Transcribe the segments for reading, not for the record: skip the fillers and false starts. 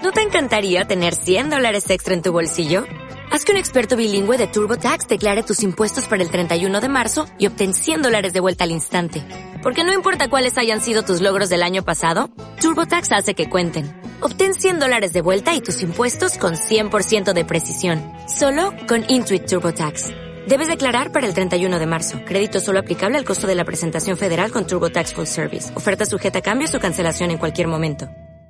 ¿No te encantaría tener $100 extra en tu bolsillo? Haz que un experto bilingüe de TurboTax declare tus impuestos para el 31 de marzo y obtén $100 de vuelta al instante. Porque no importa cuáles hayan sido tus logros del año pasado, TurboTax hace que cuenten. Obtén $100 de vuelta y tus impuestos con 100% de precisión. Solo con Intuit TurboTax. Debes declarar para el 31 de marzo. Crédito solo aplicable al costo de la presentación federal con TurboTax Full Service. Oferta sujeta a cambios o cancelación en cualquier momento.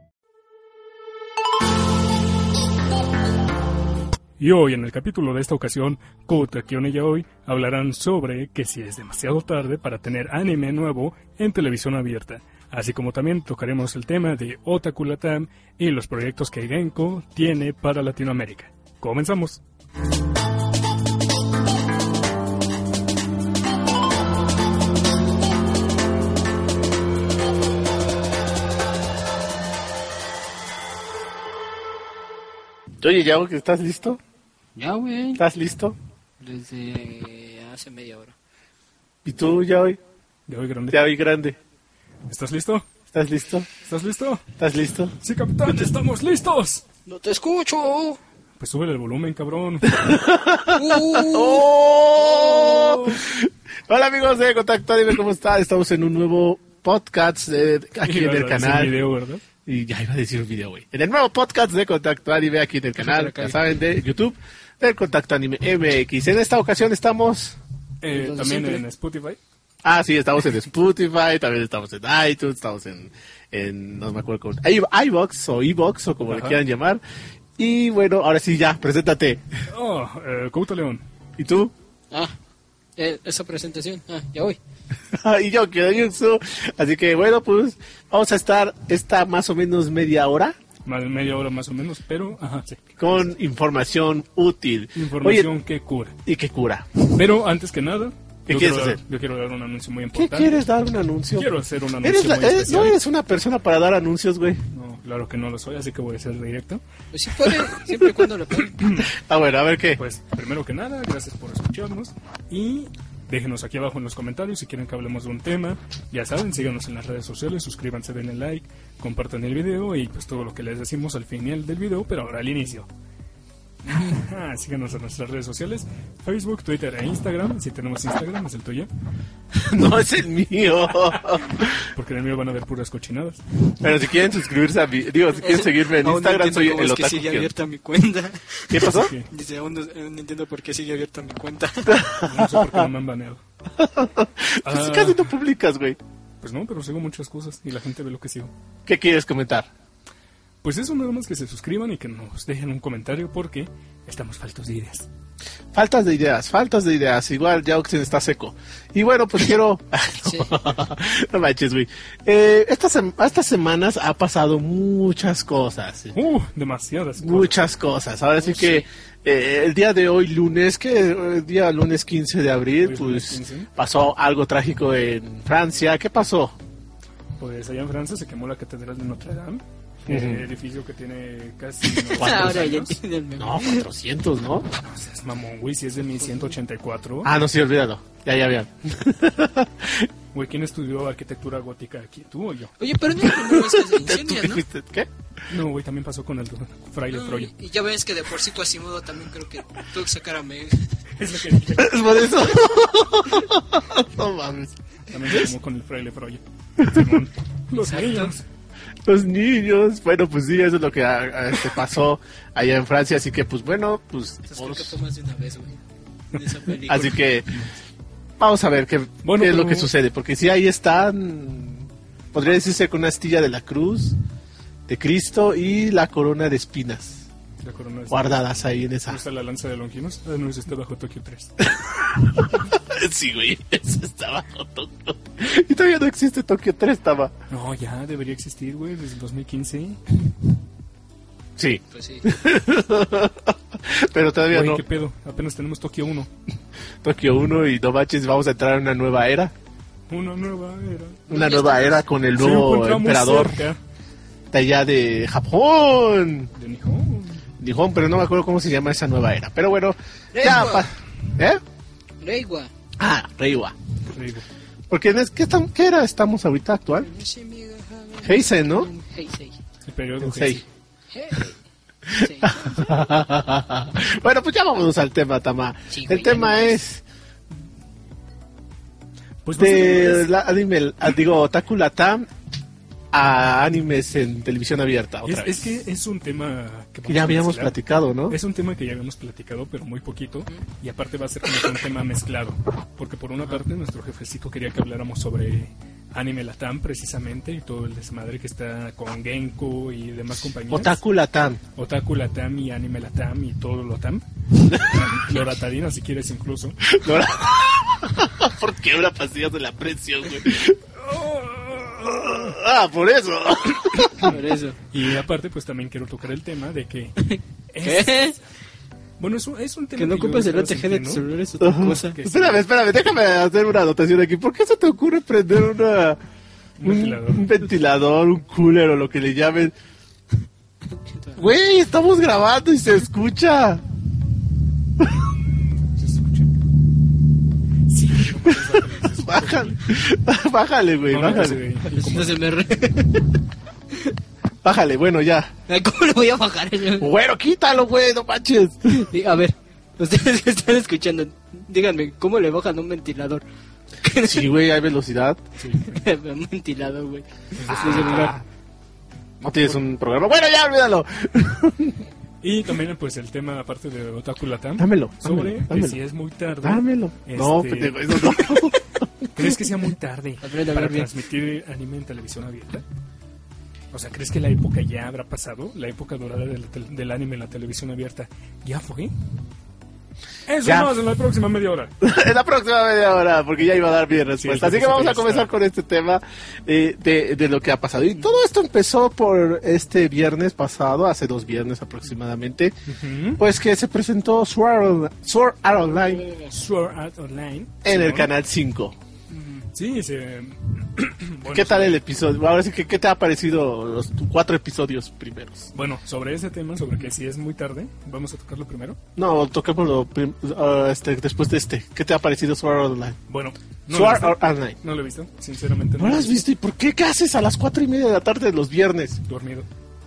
Y hoy, en el capítulo de esta ocasión, Kouta, Kion y Yaoi hablarán sobre que si es demasiado tarde para tener anime nuevo en televisión abierta, así como también tocaremos el tema de Otaku Latam y los proyectos que Genko tiene para Latinoamérica. ¡Comenzamos! Oye, Yao, ¿estás listo? Ya, güey. ¿Estás listo? Desde hace media hora. ¿Y tú, Yao? Yaoi grande. Yaoi grande. ¿Estás listo? ¿Estás listo? ¿Estás listo? ¿Estás listo? Sí, capitán, estamos listos. ¡No te escucho! Pues súbele el volumen, cabrón. ¡Oh! Hola amigos de Contacto Anime, ¿cómo están? Estamos en un nuevo podcast aquí en el canal. Video, ¿verdad? Y ya iba a decir un video, güey. En el nuevo podcast de Contacto Anime aquí en el canal, ya saben, de YouTube, del Contacto Anime MX. En esta ocasión estamos... también siempre. en Spotify. Ah, sí, estamos en Spotify, también estamos en iTunes, estamos en no me acuerdo cómo... iVoox o iVoox o como le quieran llamar. Y bueno, ahora sí, ya, preséntate. Oh, Kouta León. ¿Y tú? Esa presentación. Ya voy. Y yo, Kiyoyutsu. Así que bueno, pues vamos a estar esta más o menos media hora. Media hora más o menos, pero, sí. Con información útil. Información Oye, que cura. y que cura. Pero antes que nada, ¿Qué quieres hacer? Yo quiero dar un anuncio muy ¿Qué importante. quieres dar un anuncio? Quiero hacer un anuncio muy especial. No eres una persona para dar anuncios, güey. No, claro que no lo soy, así que voy a ser directo. Pues sí puede, siempre y cuando lo paguen. Bueno, a ver qué. Pues, primero que nada, gracias por escucharnos. Y déjenos aquí abajo en los comentarios si quieren que hablemos de un tema. Ya saben, síganos en las redes sociales, suscríbanse, denle like, compartan el video y pues todo lo que les decimos al final del video, pero ahora al inicio. Síganos en nuestras redes sociales, Facebook, Twitter e Instagram. Si tenemos Instagram, es el tuyo. No es el mío. Porque en el mío van a ver puras cochinadas. Pero si quieren suscribirse a si quieren seguirme en Instagram, soy el que Otaku sigue Kion. abierta mi cuenta. ¿Qué pasó? Sí. Dice, aún no entiendo por qué sigue abierta mi cuenta. No sé por qué no me han baneado. Pues casi no publicas, güey. Pues no, pero sigo muchas cosas y la gente ve lo que sigo. ¿Qué quieres comentar? Pues eso, nada más que se suscriban y que nos dejen un comentario porque estamos faltos de ideas. Faltas de ideas. Igual Jauxen está seco. Y bueno, pues quiero... Sí. No manches, güey. Estas semanas ha pasado muchas cosas. Demasiadas cosas. Muchas cosas. Ahora sí que el día de hoy, lunes, el día lunes 15 de abril, Hoy es pues lunes 15. pasó algo trágico en Francia. ¿Qué pasó? Pues allá en Francia se quemó la Catedral de Notre Dame. Edificio que tiene casi 400 Ahora ya años. entiende el meme. No, 400, ¿no? No seas mamón, güey, si es de 1184. Ah, no, sí, olvídalo. Ya, vean. Güey, ¿quién estudió arquitectura gótica aquí? ¿Tú o yo? Oye, pero no es la primera vez que se ¿Tú incendia, qué ¿no? fuiste? ¿Qué? No, güey, también pasó con el fraile No, Froyo. y ya ves que de por sí Quasimodo también creo que tuvo que sacar a Meg. Es lo que dije. Es por eso. No mames. También se quemó con el fraile Froyo. Simón. Los Exacto. niños. Los niños. Bueno, pues sí, eso es lo que pasó allá en Francia. Así que, pues bueno, pues... Entonces creo que fue más de una vez, güey. De esa película. Así que vamos a ver qué es pero- lo que sucede. Porque si ahí están, podría decirse con una astilla de la cruz de Cristo y la corona de espinas La corona de guardadas ahí en esa. ¿No está la lanza de Longinos? No, eso está bajo Tokio 3. Sí, güey, eso estaba bajo Tokio. Y todavía no existe Tokio 3, estaba. No, ya debería existir, güey, desde el 2015. Sí, Pues sí. pero todavía Güey, no. ¿qué pedo? Apenas tenemos Tokio 1. Tokio 1 y no manches, vamos a entrar en una nueva era. Una nueva era. Una nueva era con el Se lo nuevo encontramos emperador cerca de allá de Japón. de Nihon. Nihon, pero no me acuerdo cómo se llama esa nueva era. Pero bueno, ya. Reiwa. ¿Eh? Reiwa. Ah, Reiwa. Digo, Porque ¿qué era estamos ahorita actual? Heisei, ¿no? Heisei. el periodo Heisei. Sí. Bueno, pues ya vámonos al tema, Tama. Sí, El güey, tema ya es Pues de la anime, digo, Otaku Latam a animes en televisión abierta. Otra es vez. que es un tema Que ya habíamos mezclado. platicado, ¿no? Es un tema que ya habíamos platicado, pero muy poquito. Y aparte va a ser como que un tema mezclado. Porque por una parte nuestro jefecito quería que habláramos sobre Anime Latam precisamente y todo el desmadre que está con Genko y demás compañías. Otaku Latam. Otaku Latam y Anime Latam y todo lo Latam. Loratadina si quieres incluso. ¿Por qué una pastilla de la presión, güey? Ah, por eso. Por eso. Y aparte pues también quiero tocar el tema de que... ¿Qué? Bueno, es un tema Que no yo ocupes el estaba OTG de sintiendo. tu celular es otra cosa. Que sí. Espérame, déjame hacer una anotación aquí. ¿Por qué se te ocurre prender un ventilador, un cooler o lo que le llamen? Güey, estamos grabando y se escucha. ¿Se escucha? Sí, no puedes hacer eso. Bájale, güey, No, bájale. No se me re... Bájale, bueno, ya. ¿Cómo le voy a bajar? Bueno, quítalo, güey, no manches. A ver, ustedes que están escuchando, díganme, ¿cómo le bajan un ventilador? Sí, güey, hay velocidad. Un ventilador, güey. Desde el lugar. No tienes un programa. Bueno, ya, olvídalo. Y también pues el tema aparte de Otaku Latam Dámelo, sobre dámelo. que si es muy tarde. Dámelo. No, Este, pendejo, eso no. ¿Crees que sea muy tarde Aprende a para hablar bien. transmitir anime en televisión abierta? O sea, ¿crees que la época ya habrá pasado? ¿La época dorada del anime en la televisión abierta ya fue? Eso Ya. más en la próxima media hora. En la próxima media hora, porque ya iba a dar bien respuesta. Sí, Así que vamos a ya comenzar está. con este tema de lo que ha pasado. Y todo esto empezó por este viernes pasado, hace 2 viernes aproximadamente, pues que se presentó Sword Art Online Sword Art Online. en el Simón. canal 5. Sí, se... bueno, ¿Qué tal el episodio? Ahora sí que, ¿qué te ha parecido los 4 episodios primeros? Bueno, sobre ese tema, sobre que si es muy tarde, vamos a tocarlo primero. No, toquémoslo después de este. ¿Qué te ha parecido Sword Art Online? Bueno, no lo he Sword visto. Art Online. No lo he visto, sinceramente ¿No lo has visto? ¿Y por qué? ¿Qué haces a las 4:30 de la tarde de los viernes? Dormido.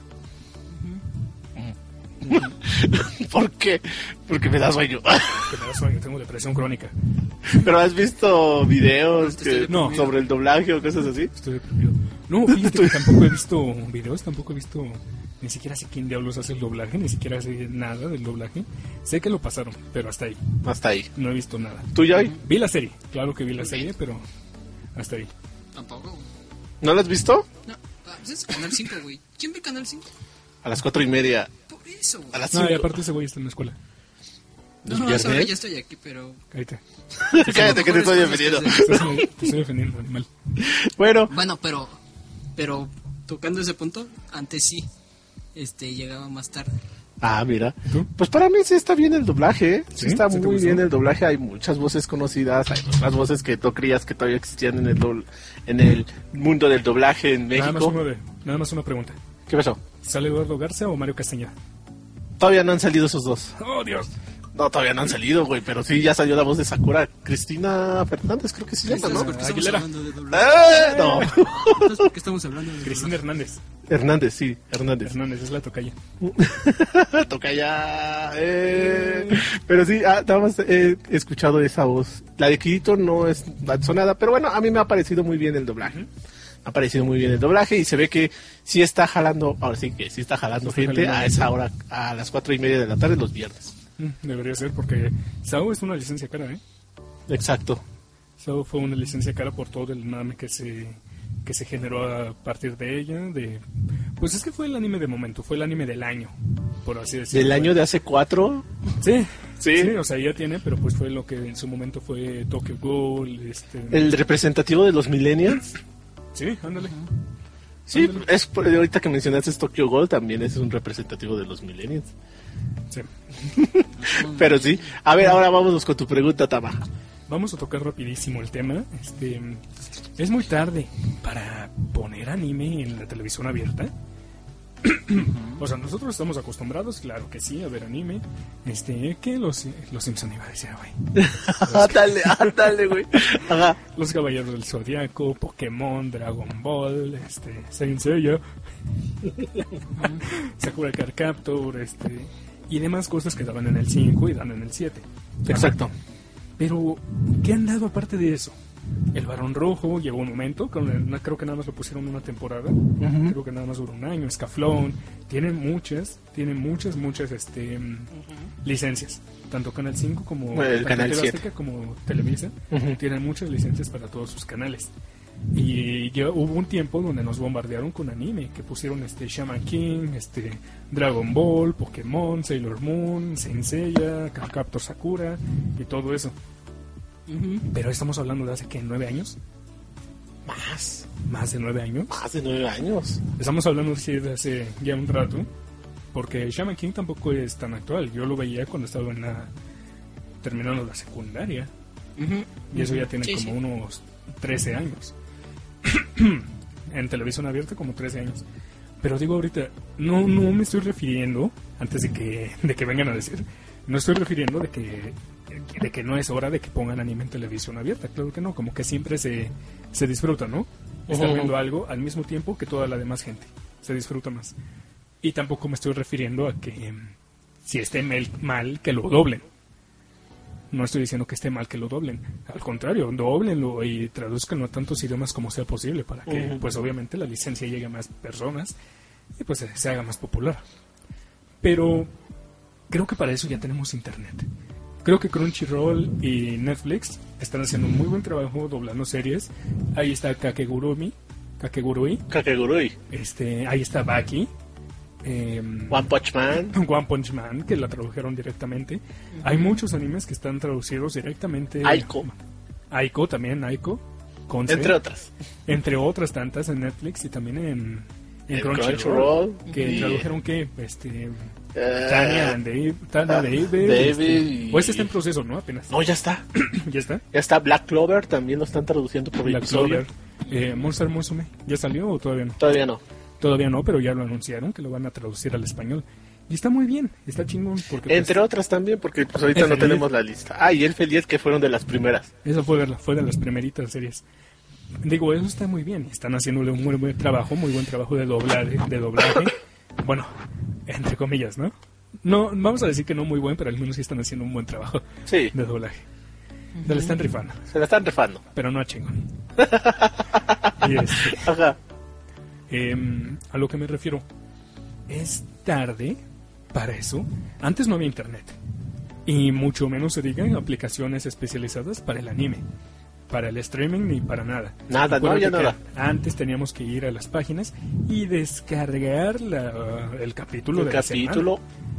¿Por qué? Porque me da sueño. Que me da sueño, tengo depresión crónica. ¿Pero has visto videos No. sobre el doblaje o cosas así? Estoy deprimido. No, fíjate que tampoco he visto videos, tampoco he visto... Ni siquiera sé quién diablos hace el doblaje, ni siquiera sé nada del doblaje. Sé que lo pasaron, pero hasta ahí. Hasta ahí. No he visto nada. ¿Tú, Joy? Vi la serie, claro que vi la serie, pero hasta ahí. Tampoco, güey. ¿No lo has visto? No, pues es Canal 5, güey. ¿Quién ve Canal 5? A las 4:30. Por eso, güey. A las No, y 5. aparte ese güey está en la escuela. ¿Los No, viernes? ahora ya estoy aquí, pero... Cállate. Cállate que te estoy defendiendo. Te estoy defendiendo, animal. Bueno, Bueno, pero tocando ese punto, antes sí, llegaba más tarde. mira. ¿Y tú? Pues para mí sí está bien el doblaje. Sí, ¿Sí? está ¿Sí te muy gustó? bien el doblaje. Hay muchas voces conocidas. Hay otras voces que tú creías que todavía existían en el mundo del doblaje en Nada más, México. nada más una pregunta. ¿Qué pasó? ¿Sale Eduardo Garza o Mario Castañeda? Todavía no han salido esos dos. ¡Oh, Dios! No, todavía no han salido, güey. Pero sí, ya salió la voz de Sakura. Cristina Fernández, creo que se llama, Entonces, ¿no? ¿por qué estamos Aguilera. hablando de doblaje? No. Entonces, ¿por qué estamos hablando de Cristina doblaje? Hernández. Hernández, sí, Hernández. Hernández es la tocaya. Toca ya. Pero sí, nada más he escuchado esa voz. La de Kirito no es sonada, pero bueno, a mí me ha parecido muy bien el doblaje. Me ha parecido muy bien el doblaje y se ve que sí está jalando, ahora sí que sí está jalando Sí está gente jalando a esa hora, a las 4:30 de la tarde los viernes. Debería ser porque Sao es una licencia cara, ¿eh? Exacto. Sao fue una licencia cara por todo el mame que se generó a partir de ella. Pues es que fue el anime de momento, fue el anime del año, por así decirlo. Del año de hace 4. Sí, Sí. sí, o sea, ya tiene, pero pues fue lo que en su momento fue Tokyo Ghoul, El representativo de los millennials. Sí, ándale. Sí, ahorita que mencionaste Tokyo Ghoul también es un representativo de los millennials. Sí. Pero sí. A ver, ahora vámonos con tu pregunta, Tama. Vamos a tocar rapidísimo el tema. Es muy tarde para poner anime en la televisión abierta. O sea, nosotros estamos acostumbrados, claro que sí, a ver anime. Que los Simpson iba a decir, güey. Ándale, güey. Ajá. Los Caballeros del Zodiaco, Pokémon, Dragon Ball, Saint Seiya, Sakura Card Captor, y demás cosas que daban en el 5 y dan en el 7. Exacto. Pero, ¿qué han dado aparte de eso? El Barón Rojo llegó un momento, creo que nada más lo pusieron una temporada, creo que nada más duró un año. Scaflón, tiene muchas licencias, tanto Canal 5 como el Canal 7 Azteca como Televisa, tienen muchas licencias para todos sus canales. Y ya hubo un tiempo donde nos bombardearon con anime, que pusieron Shaman King, Dragon Ball, Pokémon, Sailor Moon, Saint Seiya, Card Captor Sakura y todo eso. Pero estamos hablando de hace, ¿qué? ¿9 años? ¿Más de 9 años? Más de 9 años. Estamos hablando de hace ya un rato, porque Shaman King tampoco es tan actual. Yo lo veía cuando estaba terminando la secundaria. Y eso ya tiene como unos 13 años. En televisión abierta como 13 años. Pero digo ahorita, no me estoy refiriendo, antes de que vengan a decir, no estoy refiriendo de que no es hora de que pongan anime en televisión abierta. Claro que no, como que siempre se disfruta, ¿no? Estar viendo algo al mismo tiempo que toda la demás gente. Se disfruta más. Y tampoco me estoy refiriendo a que si esté mal que lo doblen. No estoy diciendo que esté mal que lo doblen. Al contrario, doblenlo y traduzcanlo a tantos idiomas como sea posible para que, pues obviamente, la licencia llegue a más personas y pues se haga más popular. Pero creo que para eso ya tenemos internet. Creo que Crunchyroll y Netflix están haciendo un muy buen trabajo doblando series. Ahí está Kakegurui. Ahí está Baki. One Punch Man, que la tradujeron directamente. Hay muchos animes que están traducidos directamente. Aiko también, Conce, entre otras tantas en Netflix y también en Crunchyroll, que tradujeron que Tanya David, pues está en proceso, ¿no? Apenas. No, ya está. ¿Ya está? Ya está. Black Clover también lo están traduciendo por Black episodio. Clover. Monster Musume, ¿ya salió o todavía no? Todavía no, pero ya lo anunciaron que lo van a traducir al español. Y está muy bien, está chingón. Porque, entre otras también, porque pues ahorita no tenemos la lista. Y el Feliz, que fueron de las primeras. Esa fue de las primeritas series. Digo, eso está muy bien. Están haciéndole un muy buen trabajo de doblaje. Bueno, entre comillas, ¿no? No, vamos a decir que no muy buen, pero al menos sí están haciendo un buen trabajo de doblaje. Se la están rifando. Pero no a chingón. Y Ajá. A lo que me refiero, es tarde para eso. Antes no había internet, y mucho menos se digan aplicaciones especializadas para el anime, para el streaming, ni para nada. Nada. Antes teníamos que ir a las páginas y descargar el capítulo de la semana.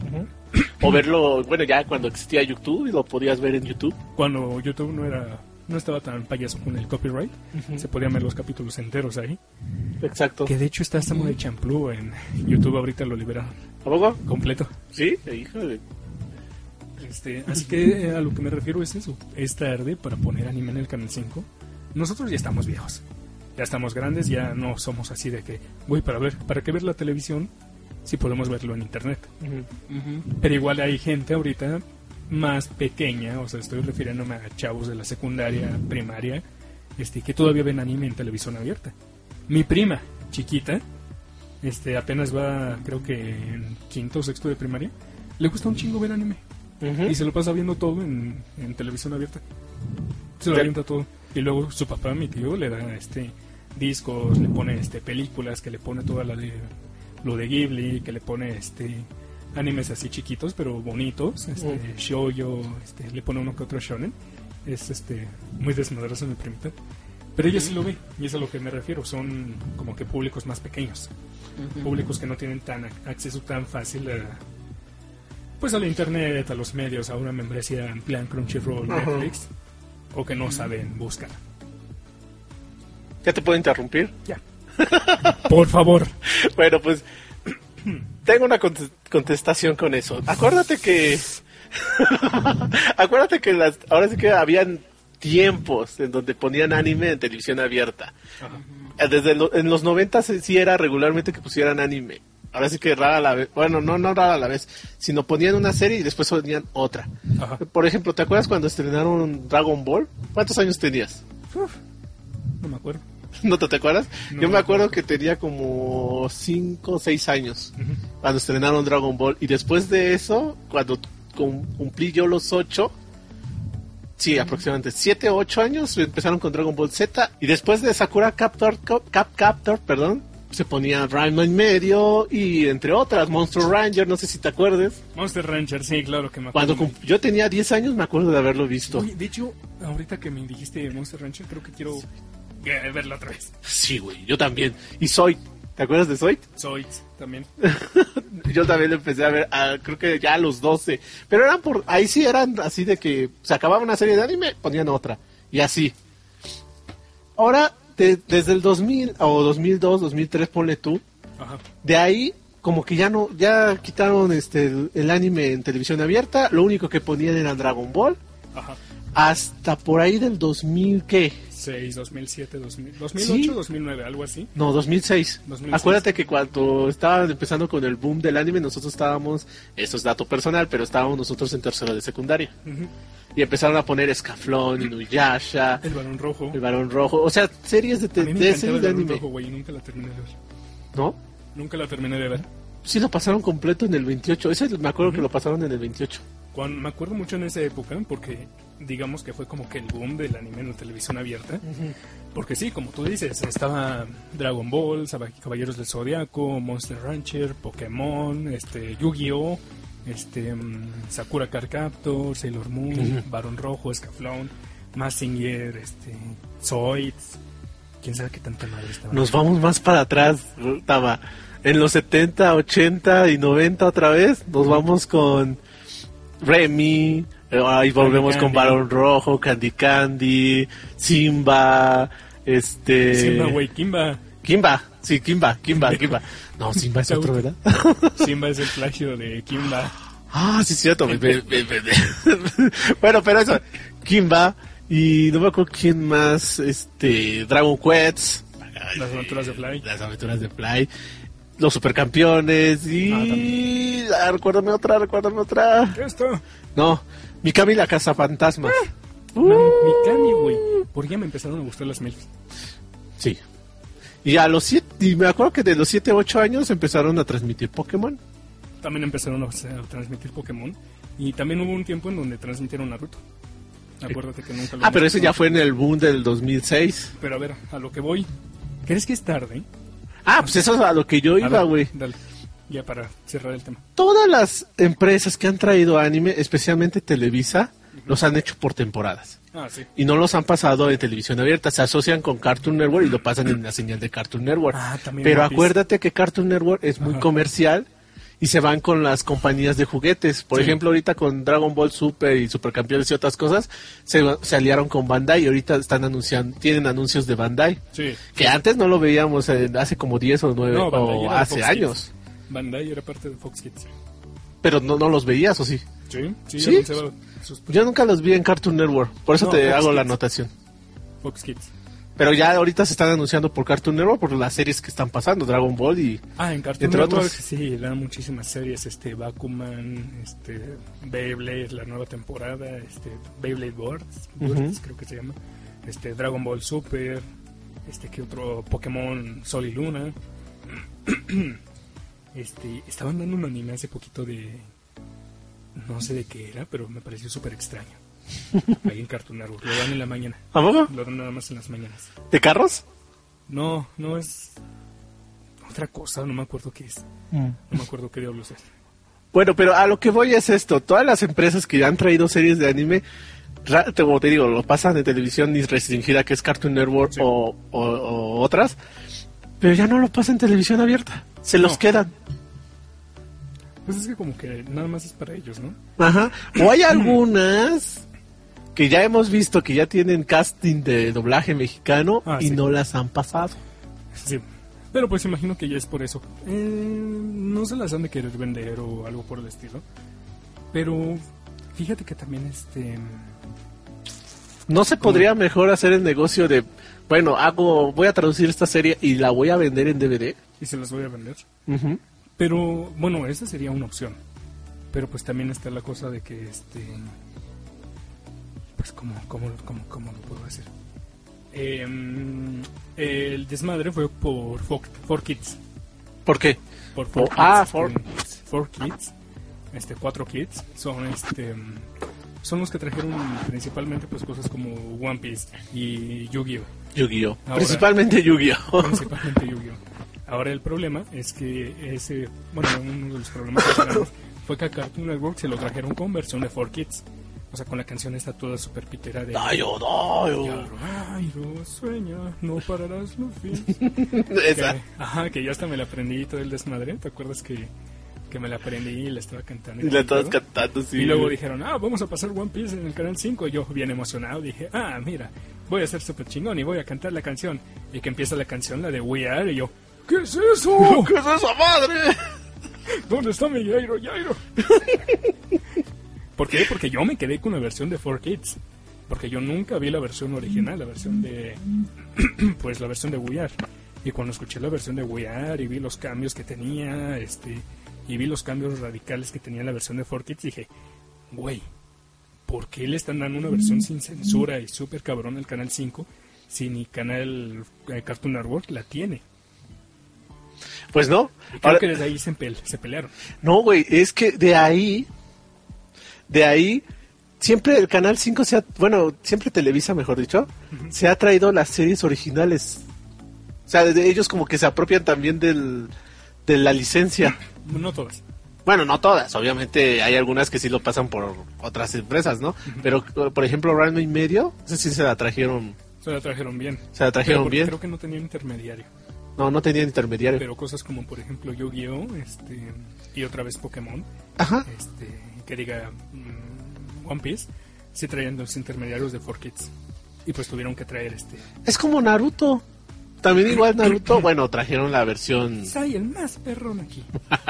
O verlo, bueno, ya cuando existía YouTube y lo podías ver en YouTube. Cuando YouTube no estaba tan payaso con el copyright, se podían ver los capítulos enteros ahí. Exacto. Que de hecho está Samurai Champloo en YouTube, ahorita lo liberaron. ¿A poco? Completo. Sí, híjole. Así que a lo que me refiero es eso. Es tarde para poner anime en el Canal 5. Nosotros ya estamos viejos. Ya estamos grandes, ya no somos así de que, güey, ¿para qué ver la televisión si podemos verlo en internet? Pero igual hay gente ahorita más pequeña, o sea, estoy refiriéndome a chavos de la secundaria, primaria, que todavía ven anime en televisión abierta. Mi prima, chiquita, apenas va, creo que en quinto o sexto de primaria, le gusta un chingo ver anime. Y se lo pasa viendo todo en televisión abierta. Se lo avienta todo. Y luego su papá, mi tío, le da discos, le pone películas, que le pone toda lo de Ghibli, que le pone animes así chiquitos pero bonitos, shoujo, le pone uno que otro shonen. Es muy desmadroso mi primita, pero ella sí lo ve, y es a lo que me refiero. Son como que públicos más pequeños, públicos que no tienen acceso tan fácil al internet, a los medios, a una membresía en plan Crunchyroll, Netflix, o que no saben buscar. ¿Ya te puedo interrumpir? Ya. Por favor. Bueno, pues tengo una contestación con eso. Acuérdate que ahora sí que habían tiempos en donde ponían anime en televisión abierta. En los 90 sí era regularmente que pusieran anime. Ahora sí que rara a la vez. Bueno, no rara a la vez, sino ponían una serie y después ponían otra. Ajá. Por ejemplo, ¿te acuerdas cuando estrenaron Dragon Ball? ¿Cuántos años tenías? No me acuerdo. ¿No te acuerdas? No, Yo me acuerdo que tenía como 5 o 6 años cuando estrenaron Dragon Ball. Y después de eso, cuando cumplí yo los 8, sí, aproximadamente 7 o 8 años, empezaron con Dragon Ball Z. Y después de Sakura Captor, perdón, se ponía Ranma en medio y entre otras, Monster Ranger, no sé si te acuerdes. Monster Rancher, sí, claro que me acuerdo. Cuando yo tenía 10 años me acuerdo de haberlo visto. Oye, de hecho, ahorita que me dijiste Monster Rancher, creo que quiero verla otra vez. Sí, güey, yo también. Y Zoid, ¿te acuerdas de Zoid? Zoid también. Yo también lo empecé a ver, creo que ya a los 12. Pero ahí sí eran así de que se acababa una serie de anime, ponían otra. Y así. Ahora, desde el 2000 o 2002, 2003, ponle tú. Ajá. De ahí, como que ya quitaron el anime en televisión abierta. Lo único que ponían era Dragon Ball. Ajá. Hasta por ahí del 2000, ¿qué? 2006, 2007, 2008, ¿Sí? 2009, algo así. No, 2006. 2006. Acuérdate que cuando estaban empezando con el boom del anime, nosotros estábamos, esto es dato personal, pero estábamos nosotros en tercero de secundaria. Ujú. Y empezaron a poner Escaflón, Inuyasha, El Barón Rojo. El Barón Rojo, o sea, series A mí me de encantaba series el de Barón anime. Rojo, güey, y nunca la terminé de ver. ¿No? Nunca la terminé de ver. Sí lo pasaron completo en el 28, ese me acuerdo que lo pasaron en el 28. Me acuerdo mucho en esa época, porque digamos que fue como que el boom del anime en la televisión abierta. Porque sí, como tú dices, estaba Dragon Ball, estaba Caballeros del Zodiaco, Monster Rancher, Pokémon, Yu-Gi-Oh, Sakura Card Captor, Sailor Moon, Barón Rojo, Escaflón, Mazinger, Zoid. ¿Quién sabe qué tanta madre estaba? Nos vamos más para atrás, Tama. En los 70, 80 y 90 otra vez, nos vamos con Remy, ahí volvemos Candy con Barón Rojo, Candy Candy, Simba, Simba, güey, Kimba. Kimba. No, Simba es otro, ¿verdad? Simba es el plagio de Kimba. Ah, sí, cierto. Bueno, pero eso, Kimba, y no me acuerdo quién más, Dragon Quest. Las aventuras de Fly. Las aventuras de Fly. Los supercampeones y... recuérdame otra. Esto. No, Mikami la cazafantasmas. Mikami, güey. Por ya me empezaron a gustar las MILFs. Sí. Y a los 7, y me acuerdo que de los 7, 8 años empezaron a transmitir Pokémon. También empezaron a transmitir Pokémon. Y también hubo un tiempo en donde transmitieron Naruto. Acuérdate que nunca lo Pero ese ya fue en el boom del 2006. Pero a ver, a lo que voy. ¿Crees que es tarde? Pues eso es a lo que yo iba, güey. Dale, ya para cerrar el tema. Todas las empresas que han traído anime, especialmente Televisa, los han hecho por temporadas. Sí. Y no los han pasado en televisión abierta. Se asocian con Cartoon Network y lo pasan en la señal de Cartoon Network. También Pero One Piece. acuérdate que Cartoon Network es muy comercial y se van con las compañías de juguetes. Por ejemplo, ahorita con Dragon Ball Super y Supercampeones y otras cosas, se aliaron con Bandai y ahorita están tienen anuncios de Bandai. Sí. Que antes no lo veíamos hace como 10 o 9 No, Bandai o era de hace Fox años. Kids. Bandai era parte de Fox Kids. Pero no los veías, ¿o sí? Sí, ¿Sí? anunciaba sus Yo nunca los vi en Cartoon Network, por eso No, te Fox hago la Kids. anotación. Fox Kids. Pero ya ahorita se están anunciando por Cartoon Network por las series que están pasando, Dragon Ball y... En Cartoon Entre Network, otros. sí, le dan muchísimas series, Bakuman, Beyblade, la nueva temporada, Beyblade Bursts, creo que se llama, Dragon Ball Super, ¿qué otro? Pokémon Sol y Luna. Estaban dando un anime hace poquito de... No sé de qué era, pero me pareció súper extraño. Ahí en Cartoon Network, lo dan en la mañana. ¿A poco? Lo dan nada más en las mañanas. ¿De carros? No es otra cosa, no me acuerdo qué es. No me acuerdo qué diablos es. Bueno, pero a lo que voy es esto. Todas las empresas que han traído series de anime, como te digo, lo pasan en televisión ni restringida, que es Cartoon Network Sí. o otras, pero ya no lo pasan en televisión abierta. Se los quedan. Pues es que como que nada más es para ellos, ¿no? Ajá. O hay algunas que ya hemos visto que ya tienen casting de doblaje mexicano y sí. no las han pasado. Sí. Pero pues imagino que ya es por eso. No se las han de querer vender o algo por el estilo. Pero fíjate que también ¿No se podría mejor hacer el negocio de, bueno, voy a traducir esta serie y la voy a vender en DVD? y se las voy a vender. Ujú. Pero, bueno, esa sería una opción. Pero pues también está la cosa de que, pues, ¿cómo lo puedo decir? El desmadre fue por 4Kids. ¿Por qué? Por 4Kids. 4Kids. 4Kids son los que trajeron principalmente pues cosas como One Piece y Yu-Gi-Oh. Yu-Gi-Oh. Principalmente Yu-Gi-Oh. Principalmente Yu-Gi-Oh. Ahora el problema es que uno de los problemas que tenemos fue que a Cartoon Network se lo trajeron con versión de 4Kids. O sea, con la canción esta toda super pitera de... Dayo. Dairo, sueña, no pararás, Luffy. Esa. Que yo hasta me la aprendí todo el desmadre. ¿Te acuerdas que me la aprendí y la estaba cantando? Y la estabas cantando, sí. Y luego dijeron, vamos a pasar One Piece en el canal 5. Y yo, bien emocionado, dije, mira, voy a ser súper chingón y voy a cantar la canción. Y que empieza la canción, la de We Are, y yo, ¿qué es eso? ¿Qué es esa madre? ¿Dónde está mi Jairo? ¿Por qué? Porque yo me quedé con la versión de 4Kids. Porque yo nunca vi la versión original, la versión de... pues la versión de We Are. Y cuando escuché la versión de We Are y vi los cambios que tenía, y vi los cambios radicales que tenía la versión de 4Kids, dije, güey, ¿por qué le están dando una versión sin censura y súper cabrón al Canal 5 si ni canal Cartoon Network la tiene? Pues no. Y creo que desde ahí se pelearon. No, güey, es que de ahí siempre el Canal 5 siempre Televisa, mejor dicho, se ha traído las series originales. O sea, ellos como que se apropian también de la licencia. No todas. Bueno, no todas, obviamente hay algunas que sí lo pasan por otras empresas, ¿no? Pero, por ejemplo, Ranma y medio, ese sí se la trajeron. Se la trajeron bien. Bien. Creo que no tenía intermediario. No tenía intermediario. Pero cosas como, por ejemplo, Yu-Gi-Oh! Y otra vez Pokémon. Ajá. Que diga One Piece, sí traían los intermediarios de 4Kids. Y pues tuvieron que traer Es como Naruto. También igual Naruto, bueno, trajeron la versión... Soy el más perrón aquí.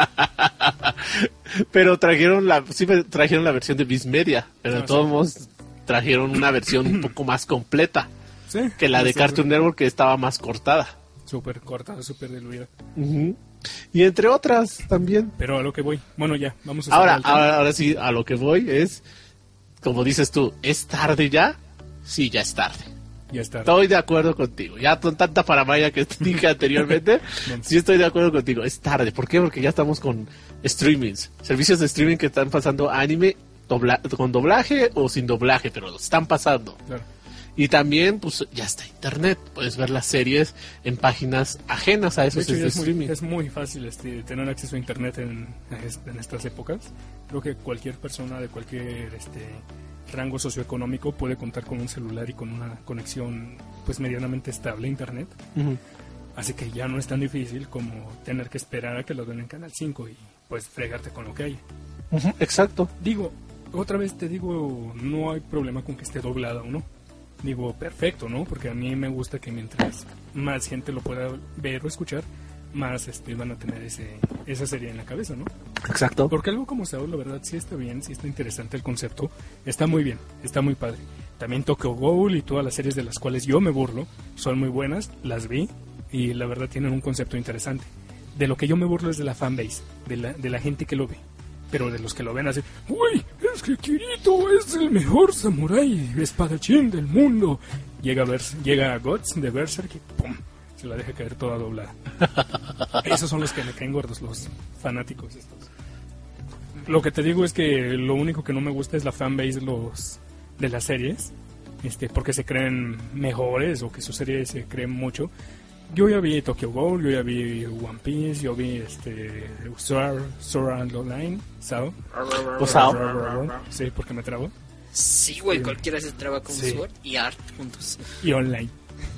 Pero trajeron la versión de Viz Media. Pero de todos modos trajeron una versión un poco más completa. Sí. Que la de Cartoon Network, que estaba más cortada. Súper cortada, súper diluida. Y entre otras también. Pero a lo que voy. Bueno, ya, vamos a... Ahora sí, a lo que voy es... Como dices tú, ¿es tarde ya? Sí, ya es tarde. Ya está. Estoy de acuerdo contigo. Ya con tanta paramaya que dije anteriormente, sí estoy de acuerdo contigo. Es tarde. ¿Por qué? Porque ya estamos con streamings. Servicios de streaming que están pasando anime con doblaje o sin doblaje, pero lo están pasando. Claro. Y también, pues, ya está internet. Puedes ver las series en páginas ajenas a esos de hecho, streaming. Es muy fácil tener acceso a internet en estas épocas. Creo que cualquier persona de cualquier rango socioeconómico puede contar con un celular y con una conexión pues medianamente estable a internet. Así que ya no es tan difícil como tener que esperar a que lo den en Canal 5 y pues fregarte con lo que hay. Exacto. Digo, otra vez te digo, no hay problema con que esté doblada o no. Digo, perfecto, ¿no? Porque a mí me gusta que mientras más gente lo pueda ver o escuchar, más van a tener esa serie en la cabeza, ¿no? Exacto. Porque algo como Sao, la verdad, sí está bien, sí está interesante el concepto, está muy bien, está muy padre. También Tokyo Ghoul y todas las series de las cuales yo me burlo son muy buenas, las vi y la verdad tienen un concepto interesante. De lo que yo me burlo es de la fanbase, de la gente que lo ve. Pero de los que lo ven así, uy, es que Kirito es el mejor samurái espadachín del mundo. Llega Guts de Berserk y ¡pum! Se la deja caer toda doblada. Esos son los que me caen gordos, los fanáticos estos. Lo que te digo es que lo único que no me gusta es la fanbase de las series, porque se creen mejores o que sus series se creen mucho. Yo ya vi Tokyo Ghoul, yo ya vi One Piece, yo vi Sword Art Online, Sao. Sí, porque me trabo. Sí, güey, cualquiera se traba con Sword y Art juntos. Y Online.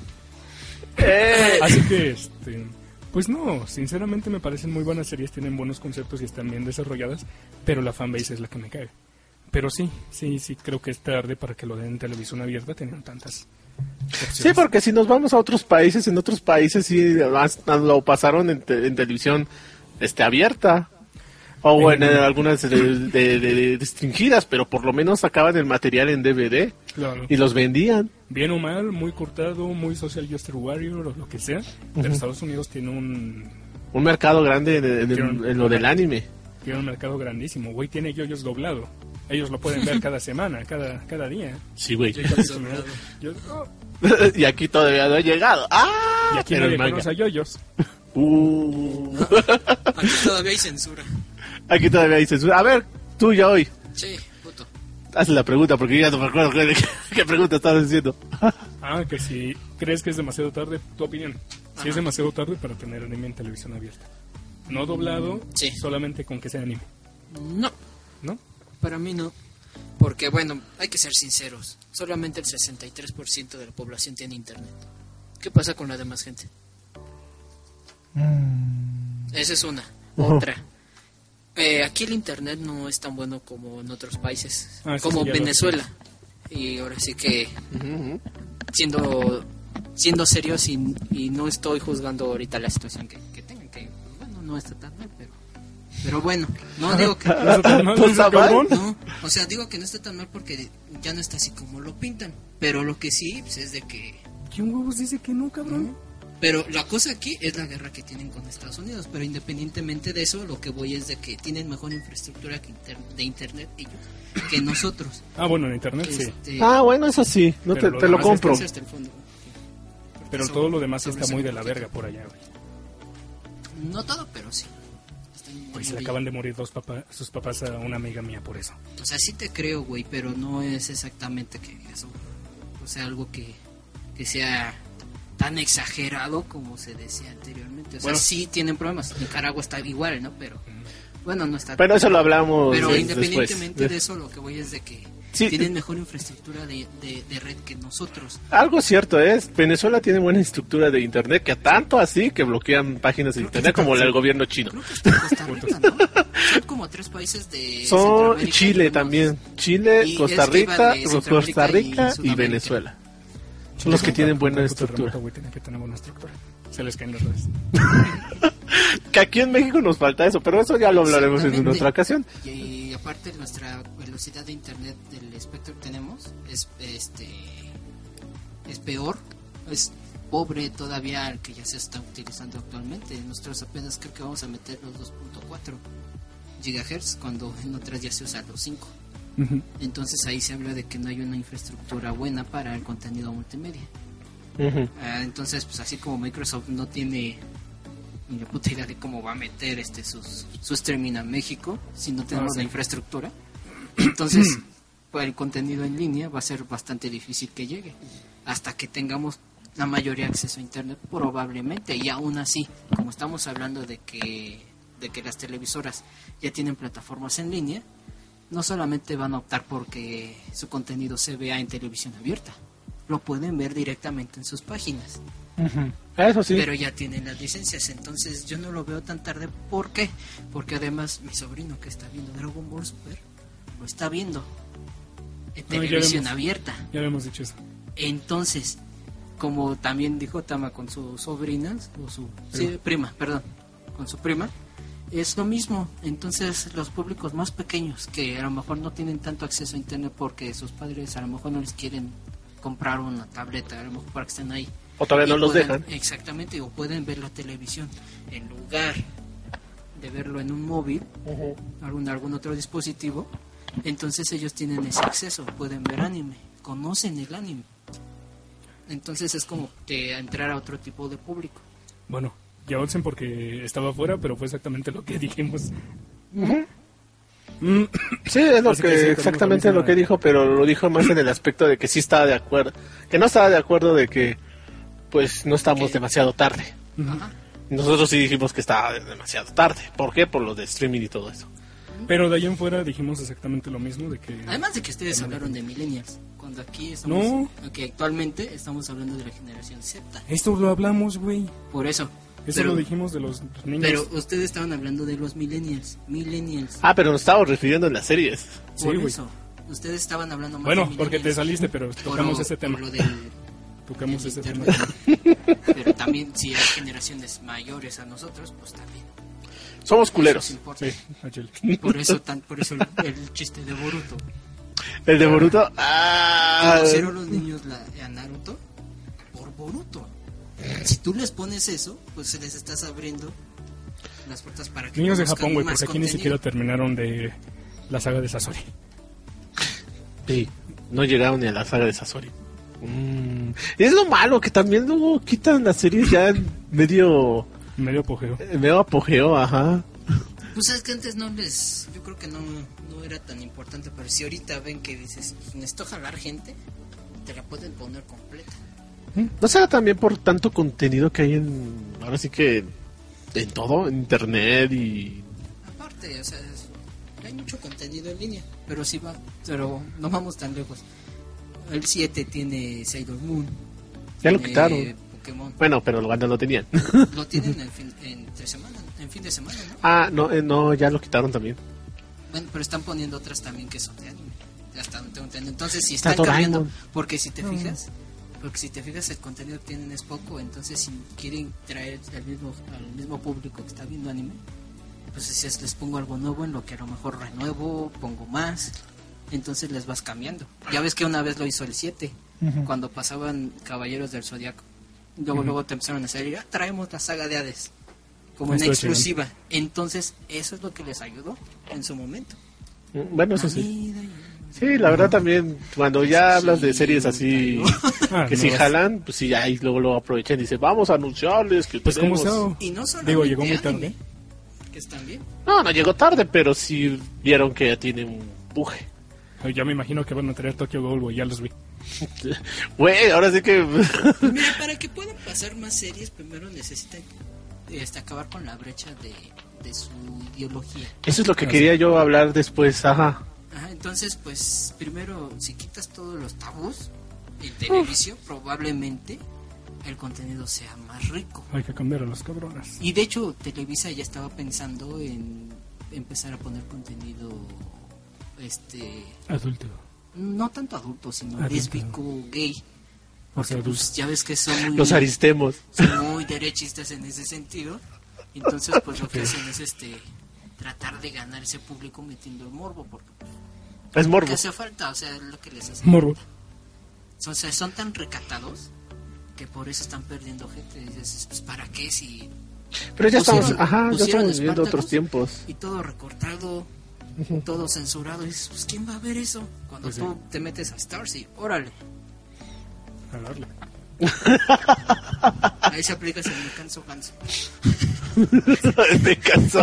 Así que, pues no, sinceramente me parecen muy buenas series, tienen buenos conceptos y están bien desarrolladas, pero la fanbase es la que me cae. Pero sí, creo que es tarde para que lo den en televisión abierta, tenían tantas opciones. Sí, porque si nos vamos a otros países, en otros países sí lo pasaron en televisión abierta. O en algunas de restringidas, pero por lo menos sacaban el material en DVD. Claro. Y los vendían. Bien o mal, muy cortado, muy Social Justice Warrior o lo que sea. Pero Estados Unidos tiene Un mercado grande en lo del anime. Tiene un mercado grandísimo, güey, tiene yoyos doblado. Ellos lo pueden ver cada semana, cada día. Sí, güey. Yo- oh, Y aquí todavía no ha llegado. ¡Ah! y aquí Pero nadie el manga. conoce a yoyos. Aquí todavía hay censura. Aquí todavía hay censura. A ver, tú ya hoy. Sí, puto. Haz la pregunta porque yo ya no me acuerdo qué pregunta estabas diciendo. Ah, que si crees que es demasiado tarde, tu opinión. Si es demasiado tarde para tener anime en televisión abierta. No doblado, Sí. solamente con que sea anime, No, ¿no? para mí no. Porque, bueno, hay que ser sinceros. Solamente el 63% de la población tiene internet. ¿Qué pasa con la demás gente? Esa es una. Otra. Aquí el internet no es tan bueno como en otros países. Ah, sí, como sí, ya lo Venezuela. Y ahora sí que, siendo serios y no estoy juzgando ahorita la situación que tengan, que bueno, no está tan mal, pero bueno, no digo que... ¿No está mal, Pues, ese cabrón? No, o sea, digo que no está tan mal porque ya no está así como lo pintan. Pero lo que sí, pues, es de que... ¿Quién huevos dice que no, cabrón? Pero la cosa aquí es la guerra que tienen con Estados Unidos. Pero independientemente de eso, lo que voy es de que tienen mejor infraestructura de internet ellos que nosotros. Ah, bueno, en internet sí. Ah, bueno, eso sí. No Pero te lo demás compro. Hasta el fondo. Pero Eso- todo lo demás sobre está eso muy un de la poquito. verga por allá, güey. No todo, pero sí. Están muy Pues se le bien. acaban de morir sus papás a una amiga mía por eso. O sea, sí te creo, güey, pero no es exactamente que eso. O sea, algo que sea tan exagerado como se decía anteriormente. O sea, Bueno. sí tienen problemas. Nicaragua está igual, ¿no? Pero bueno, no está. Pero eso lo hablamos Pero después. independientemente de eso, lo que voy es de que Sí. tienen mejor infraestructura de red que nosotros. Algo cierto es, Venezuela tiene buena estructura de internet, que tanto así que bloquean páginas de internet como el gobierno chino. Creo que está Costa Rica, ¿no? Son como 3 países de Son Centroamérica Chile que también, tenemos. Chile, Y Costa es que iba Rica, de Centroamérica Costa Rica y y Sudamérica. Venezuela. Son los que tienen buena Puto estructura. terremoto, güey, tiene que tener buena estructura. Se les caen las redes. Que aquí en México nos falta eso, pero eso ya lo hablaremos en Exactamente. otra ocasión. Y aparte nuestra velocidad de internet del espectro que tenemos es peor, es pobre todavía al que ya se está utilizando actualmente. Nosotros apenas creo que vamos a meter los 2.4 gigahertz cuando en otras ya se usan los 5. Ujú. Entonces ahí se habla de que no hay una infraestructura buena para el contenido multimedia. Entonces, pues así como Microsoft no tiene ni la puta idea de cómo va a meter su streaming a México si no tenemos sí. la infraestructura, entonces pues, el contenido en línea va a ser bastante difícil que llegue hasta que tengamos la mayoría acceso a internet probablemente. Y aún así, como estamos hablando de que las televisoras ya tienen plataformas en línea, no solamente van a optar porque su contenido se vea en televisión abierta, lo pueden ver directamente en sus páginas. Eso sí. Pero ya tienen las licencias, entonces yo no lo veo tan tarde. ¿Por qué? Porque además mi sobrino que está viendo Dragon Ball Super lo está viendo en No, ya televisión vemos. abierta. Ya habíamos dicho eso. Entonces, como también dijo Tama con sus sobrinas, o su prima, con su prima, es lo mismo. Entonces, los públicos más pequeños que a lo mejor no tienen tanto acceso a internet porque sus padres a lo mejor no les quieren comprar una tableta, a lo mejor para que estén ahí. O todavía no Y los pueden- dejan. Exactamente, o pueden ver la televisión en lugar de verlo en un móvil, algún otro dispositivo. Entonces ellos tienen ese acceso, pueden ver anime, conocen el anime. Entonces es como que entrar a otro tipo de público. Bueno, ya Olsen porque estaba afuera, pero fue exactamente lo que dijimos. Sí, es lo Así que que sí, tenemos exactamente la lo misma- que dijo, pero lo dijo más en el aspecto de que sí estaba de acuerdo, que no estaba de acuerdo de que pues no estamos Que- demasiado tarde. Ajá. Nosotros sí dijimos que estaba demasiado tarde. ¿Por qué? Por lo de streaming y todo eso. Pero de ahí en fuera dijimos exactamente lo mismo de que... Además de que ustedes hablaron de millennials, cuando aquí estamos, No. aquí actualmente estamos hablando de la generación Z. Esto lo hablamos, güey. Por eso. Eso Pero- lo dijimos de los niños. Pero ustedes estaban hablando de los millennials. Ah, pero nos estábamos refiriendo en las series. Sí, Por güey. eso. Ustedes estaban hablando más Bueno, de porque te millennials. saliste, pero tocamos Por- ese tema. por lo del Tocamos del ese tema. internet. Pero también si hay generaciones mayores a nosotros, pues también. Somos Eso culeros. sí importa. Sí, Achel. Por eso el chiste de Boruto. El de Boruto. Ah, Conocieron los niños a Naruto por Boruto. Si tú les pones eso, pues se les estás abriendo las puertas para que Niños de conozcan Japón, güey, más porque aquí ni contenido. siquiera terminaron de la saga de Sasori. Sí, no llegaron ni a la saga de Sasori. Es lo malo, que también luego quitan las series ya en medio apogeo, ajá. Pues es que antes yo creo que no era tan importante, pero si ahorita ven que dices, pues, necesito jalar gente, te la pueden poner completa. No será también por tanto contenido que hay ahora sí que en todo, en internet y... Aparte, o sea, hay mucho contenido en línea, pero pero no vamos tan lejos. El 7 tiene Sailor Moon. Ya lo quitaron. Pokémon. Bueno, pero cuando lo tenían. Lo tienen en fin de semana, ¿no? Ah, no, ya lo quitaron también. Bueno, pero están poniendo otras también que son de anime. Hasta donde tengo entendido. Entonces, si están Doraemon. cambiando, porque si te fijas, el contenido que tienen es poco, entonces si quieren traer al mismo público que está viendo anime, pues si les pongo algo nuevo, en lo que a lo mejor renuevo, pongo más, entonces les vas cambiando. Ya ves que una vez lo hizo el 7, cuando pasaban Caballeros del Zodiaco. Luego te empezaron a salir, traemos la saga de Hades como una exclusiva. Entonces, eso es lo que les ayudó en su momento. Bueno, eso sí. Sí, la verdad también, cuando ya hablas de series así que si jalan, pues sí, ahí luego lo aprovechan y dicen, vamos a anunciarles que pues tenemos... como y no solamente llegó muy tarde. anime, que están bien. No llegó tarde, pero sí vieron que ya tiene un empuje. Ya me imagino que van a traer Tokyo Ghoul, güey, ya los vi. Güey, ahora sí que... Pues mira, para que puedan pasar más series, primero necesitan acabar con la brecha de su ideología. Eso es lo que quería yo hablar después, ajá. Entonces, pues, primero, si quitas todos los tabús en televisión, probablemente el contenido sea más rico. Hay que cambiar a los cabrones. Y de hecho, Televisa ya estaba pensando en empezar a poner contenido, adulto. no tanto adulto, sino Adulto. lésbico, gay. Porque pues, ya ves que son muy, Los aristemos. son muy derechistas en ese sentido. Entonces, pues lo que hacen es tratar de ganar ese público metiendo el morbo, porque Es morbo. que hace falta, o sea, es lo que les hace. Morbo. O sea, son tan recatados que por eso están perdiendo gente. Dices, pues ¿para qué si Pero ya estamos, pusieron ya estamos viviendo Espartacus otros tiempos. y todo recortado, todo censurado? Y dices, pues ¿quién va a ver eso? Cuando Pues tú te metes a Stars y órale, A darle. ahí se aplica ese me canso ganso. Me cansó.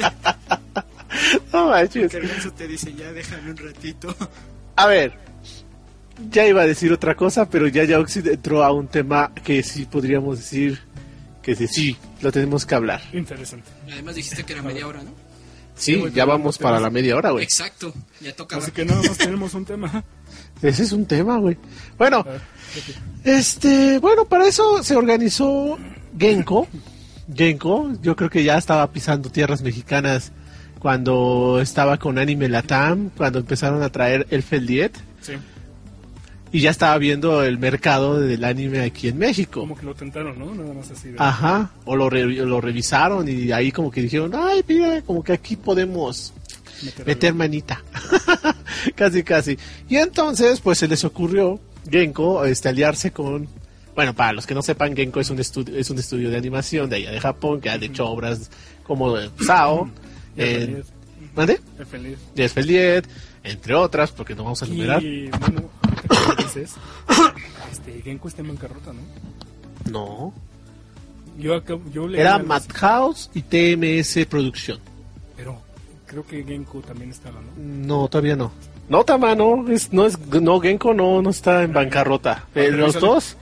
No manches. Que el ganso te dice, ya déjame un ratito. A ver, ya iba a decir otra cosa, pero ya Oxid entró a un tema que sí podríamos decir que sí, lo tenemos que hablar. Interesante. Además dijiste que era media hora, ¿no? Sí, güey, ya pero vamos no para tenemos- la media hora, güey. Exacto, ya toca. Así que nada más tenemos un tema. Ese es un tema, güey. Bueno, A ver, bueno, para eso se organizó Genko. Yo creo que ya estaba pisando tierras mexicanas cuando estaba con Anime Latam, cuando empezaron a traer el Feldiet, sí. y ya estaba viendo el mercado del anime aquí en México. Como que lo tentaron, ¿no? Nada más así. De... Ajá, o lo revisaron y ahí como que dijeron, ay, mira, como que aquí podemos meter manita. Casi. Y entonces, pues se les ocurrió Genko aliarse con... Bueno, para los que no sepan, Genko es un estudio de animación de allá de Japón, que ha hecho obras como Sao, ¿mande? El feliz. Desfeliet, entre otras, porque no vamos a enumerar. Y bueno, ahorita que lo dices, Genko está en bancarrota, ¿no? No, Yo leí era algo así, Madhouse y TMS Producción. pero creo que Genko también estaba, ¿no? No, todavía no. No, Tama, no, Genko no está en bancarrota. Los revísalo. dos.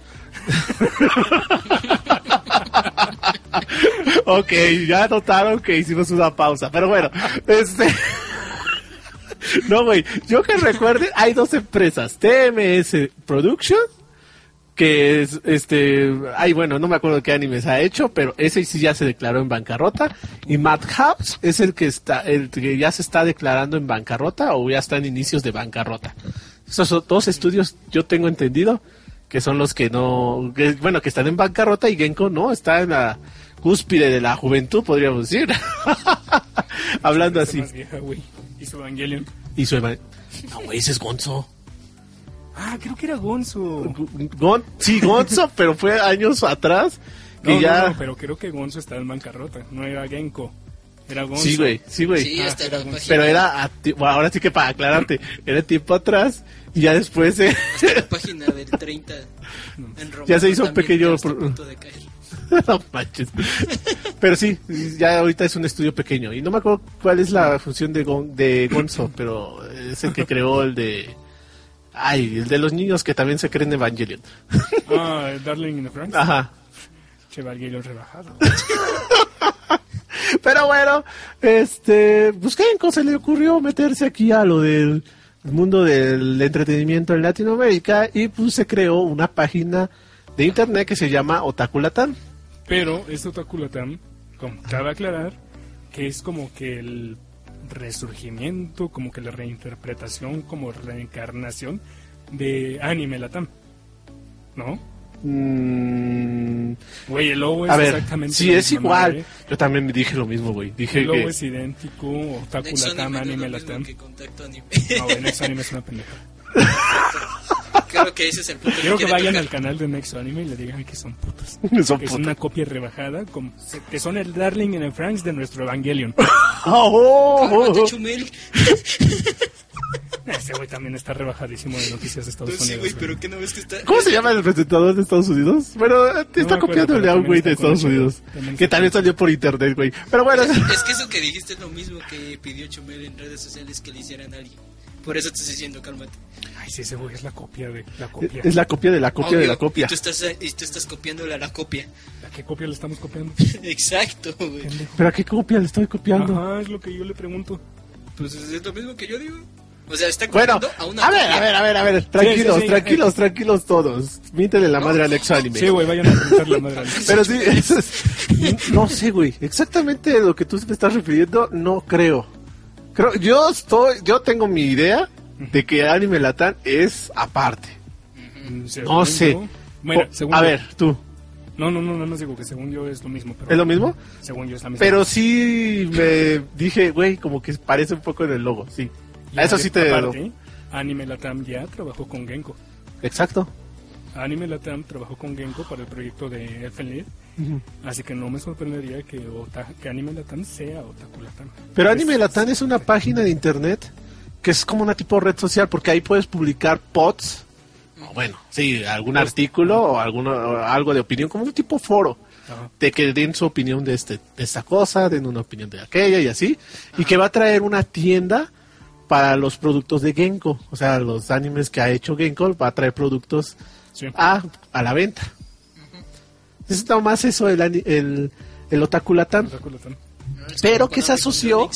Ok, ya notaron que hicimos una pausa, pero bueno, no, güey, yo que recuerde, hay dos empresas, TMS Production, que es, bueno, no me acuerdo qué animes ha hecho, pero ese sí ya se declaró en bancarrota, y Madhouse es el que ya se está declarando en bancarrota, o ya está en inicios de bancarrota. Esos son dos estudios, yo tengo entendido, que son los que que están en bancarrota, y Genko no, está en la cúspide de la juventud, podríamos decir. Hablando Está así. más vieja, güey. Y su Evangelion. Y no, güey, ese es Gonzo. Ah, creo que era Gonzo. Sí, Gonzo, pero fue años atrás. Que No, ya... no, pero creo que Gonzo está en bancarrota. No era Genko. Era Gonzo. Sí, güey. Sí, Ah, hasta era la Gonzo. página. Pero era, bueno, ahora sí que para aclararte, era tiempo atrás y ya después Hasta la página del 30 en Roma. ya se hizo un también, pequeño... ya está a punto de caer. No manches. Pero sí, ya ahorita es un estudio pequeño. Y no me acuerdo cuál es la función de Gonzo, pero es el que creó el de... Ay, el de los niños que también se creen Evangelion. Ah, Darling in the Franxx. Ajá. Che, Evangelion rebajado. Pero bueno, pues Genko se le ocurrió meterse aquí a lo del mundo del entretenimiento en Latinoamérica y pues se creó una página de internet que se llama Otaku Latam. Pero este Otaku Latam, como cabe aclarar, que es como que el resurgimiento, como que la reinterpretación, como reencarnación de Anime Latam, ¿no? Güey, el logo es A ver, exactamente sí, la es misma igual. madre. Yo también dije lo mismo, güey. Dije El logo que... es idéntico, Otaku Nexo Latam, Anime Anime no es lo Latam. mismo que Contacto Anime. No, güey, Nexo Anime es una pendeja. Creo que ese es el punto. Quiero que quiere vayan tocar. al canal de Nexo Anime y le digan que son putos. Son Que es putos. una copia rebajada, que son el Darling in the Franxx de nuestro Evangelion. Cálmate, Chumel. Ese güey también está rebajadísimo de noticias de Estados Pues sí, Unidos. güey, pero ¿qué no ves que está? ¿Cómo se llama el presentador de Estados Unidos? Bueno, me está acuerdo, copiándole pero a un también güey está de con Estados HBO. Unidos. También Que está también con- salió por internet, güey. Pero bueno, Es que eso que dijiste es lo mismo que pidió Chumel en redes sociales que le hicieran a alguien. Por eso te estoy diciendo, cálmate. Ay, sí, ese güey es la copia de la copia. es la copia de la copia de Obvio, la copia. Y tú estás copiándole a la copia. ¿A qué copia le estamos copiando? Exacto, güey. Pendejo. ¿Pero a qué copia le estoy copiando? Ajá, es lo que yo le pregunto. Pues es lo mismo que yo digo. O sea, está Bueno, copiando a una a ver, copia. a ver. Tranquilos, Sí, sí, tranquilos todos. Míntele la madre a Nexo Anime. Sí, güey, vayan a preguntar la madre. Pero sí, eso es... No sé, güey. Exactamente lo que tú me estás refiriendo, no creo. Yo tengo mi idea de que Anime Latam es aparte. No sé. Bueno, según A yo- ver, tú. No digo que según yo es lo mismo. Pero ¿Es lo mismo? Según yo es la misma. Pero sí me dije, güey, como que parece un poco en el logo, sí. Y Eso sí te... aparte, Anime Latam ya trabajó con Genko. Exacto. Anime Latam trabajó con Genko para el proyecto de Elfen Lied. Así que no me sorprendería que Anime Latam sea Otaku Latam. Pero Anime Latam es una página de internet que es como una tipo red social porque ahí puedes publicar pods, o bueno, sí, algún artículo o algo de opinión, como un tipo foro, Ajá. de que den su opinión de esta cosa, den una opinión de aquella y así, y que va a traer una tienda para los productos de Genko, o sea, los animes que ha hecho Genko, va a traer productos Sí. a la venta. Es nada más eso, el Otaku Latam. Otaku Latam. Pero que se asoció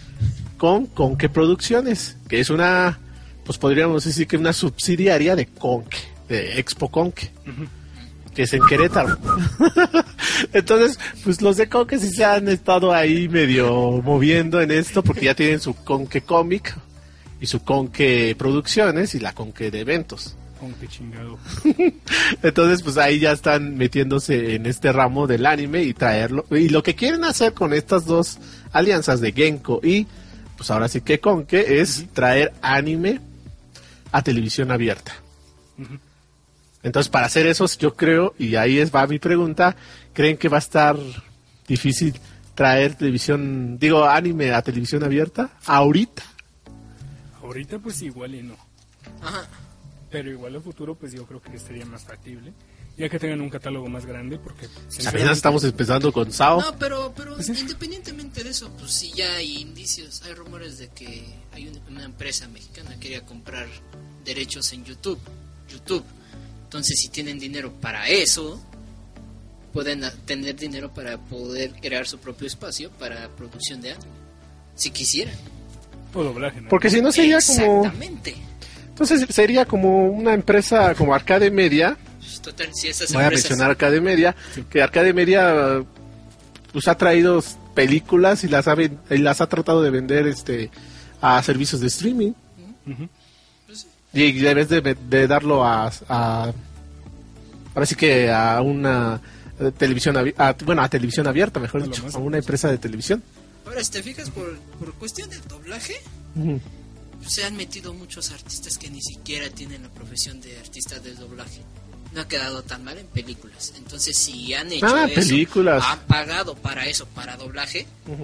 con qué Producciones, que es una, pues podríamos decir que una subsidiaria de Conque, de Expo Conque, que es en Querétaro. Entonces, pues los de Conque sí se han estado ahí medio moviendo en esto, porque ya tienen su Conque Comic y su Conque Producciones y la Conque de Eventos. Con qué chingado. Entonces, pues ahí ya están metiéndose en este ramo del anime y traerlo. Y lo que quieren hacer con estas dos alianzas de Genko y, pues ahora sí que Conque, es traer anime a televisión abierta. Entonces, para hacer eso, yo creo, y ahí va mi pregunta, ¿creen que va a estar difícil traer anime a televisión abierta? ¿Ahorita? Ahorita pues igual y no. Ajá. Pero igual a futuro pues yo creo que sería más factible. Ya que tengan un catálogo más grande porque... Apenas estamos empezando con SAO. No, pero Pues sí. independientemente de eso, pues sí ya hay indicios, hay rumores de que hay una empresa mexicana que quería comprar derechos en YouTube. Entonces, si tienen dinero para eso, pueden tener dinero para poder crear su propio espacio para producción de anime, si quisieran. O doblaje, ¿no? Porque si no sería como... Exactamente. Entonces sería como una empresa como Arcade Media. Pues, total, si esas Voy a empresas... mencionar Arcade Media, que Arcade Media pues ha traído películas y las ha tratado de vender a servicios de streaming. Ujú. Pues, sí. Y debes de darlo ahora sí que a una televisión a televisión abierta, mejor A lo dicho, más a una empresa de televisión. Ahora, si te fijas por cuestión del doblaje, Ujú. se han metido muchos artistas que ni siquiera tienen la profesión de artistas de doblaje. No ha quedado tan mal en películas. Entonces, si han hecho eso, películas. han pagado para eso, para doblaje, Ujú.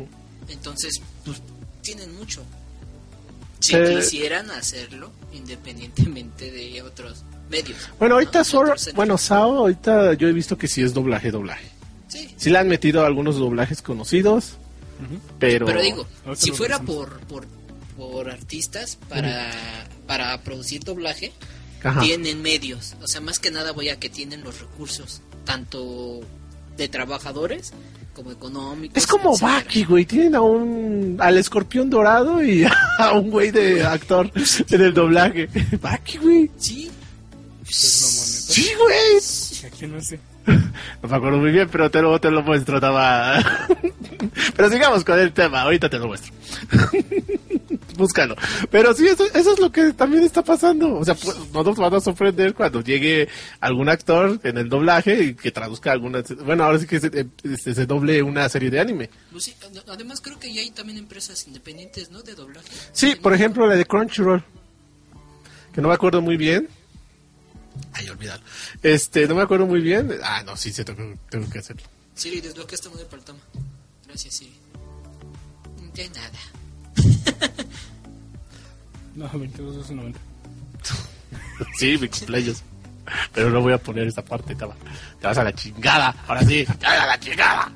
Entonces, pues, tienen mucho. Si quisieran hacerlo, independientemente de otros medios. Bueno, ahorita ¿no? Sao, ahorita yo he visto que sí es doblaje. Sí. Sí le han metido algunos doblajes conocidos, pero digo, Ahorita si lo fuera revisamos. por artistas para producir doblaje, Ajá. tienen medios. O sea, más que nada voy a que tienen los recursos, tanto de trabajadores como económicos. Es como etcétera. Baki, güey. Tienen al escorpión dorado y a un güey de actor en el doblaje. Baki, güey. Sí. Es Sí, güey. Aquí no sé. No me acuerdo muy bien, pero te lo muestro, estaba. Pero sigamos con el tema, ahorita te lo muestro. Búscalo. Pero sí, eso es lo que también está pasando. O sea, pues, no nos van a sorprender cuando llegue algún actor en el doblaje y que traduzca alguna. Bueno, ahora sí que se doble una serie de anime. Pues sí, además creo que ya hay también empresas independientes, ¿no? De doblaje. Sí, por ejemplo, la de Crunchyroll. Que no me acuerdo muy bien. Ay, olvídalo. No me acuerdo muy bien. Ah, no, sí, tengo que hacerlo. Siri, desbloquea esta modelo para el toma. Gracias, Siri. De nada. No, 22.90. Sí, mi cumpleaños. Pero no voy a poner esta parte, te vas a la chingada. Ahora sí, te vas a la chingada.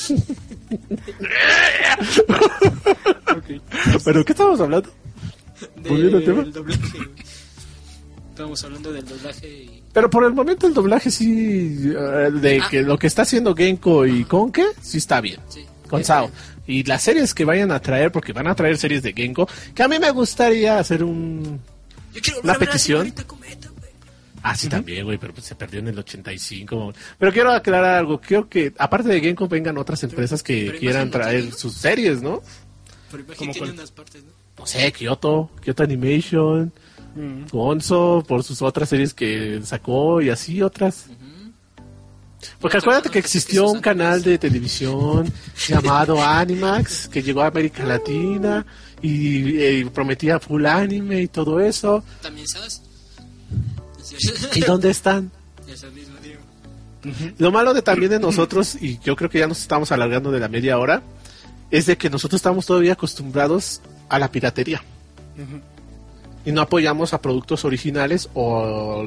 Okay. ¿Pero qué estábamos hablando? ¿Volviendo al tema? Del doblaje. Estábamos hablando del doblaje y... Pero por el momento el doblaje sí, que lo que está haciendo Genko y Conke, sí está bien. Sí. Con Sao. Y las series que vayan a traer, porque van a traer series de Genko, que a mí me gustaría hacer Yo quiero una volver a ver a la petición. señorita Cometa, güey. Ah, sí, también, güey, pero pues se perdió en el 85. Pero quiero aclarar algo. Quiero que, aparte de Genko, vengan otras empresas que pero quieran Imagen no traer tiene, ¿no? sus series, ¿no? Pero imagínate, ¿Cómo tiene cuál? unas partes, ¿no? No sé, Kyoto Animation, Gonzo, por sus otras series que sacó y así otras. Porque acuérdate que existió un canal de televisión llamado Animax que llegó a América Latina y prometía full anime y todo eso. ¿También sabes? ¿Y dónde están? Eso mismo digo. Lo malo de también de nosotros, y yo creo que ya nos estamos alargando de la media hora, es de que nosotros estamos todavía acostumbrados a la piratería. Y no apoyamos a productos originales o